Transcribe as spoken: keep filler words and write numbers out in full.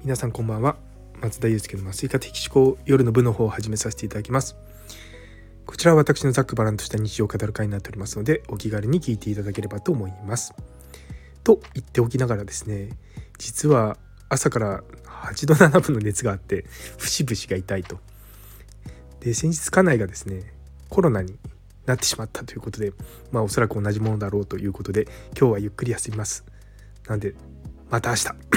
皆さんこんばんは。松田祐介の麻酔科的思考夜の部の方を始めさせていただきます。こちらは私のざっくばらんとした日常を語る会になっておりますので、お気軽に聞いていただければと思います。と言っておきながらですね、実は朝からはちどななぶの熱があって節々が痛いと。で先日家内がですねコロナになってしまったということで、まあおそらく同じものだろうということで、今日はゆっくり休みます。なんでまた明日。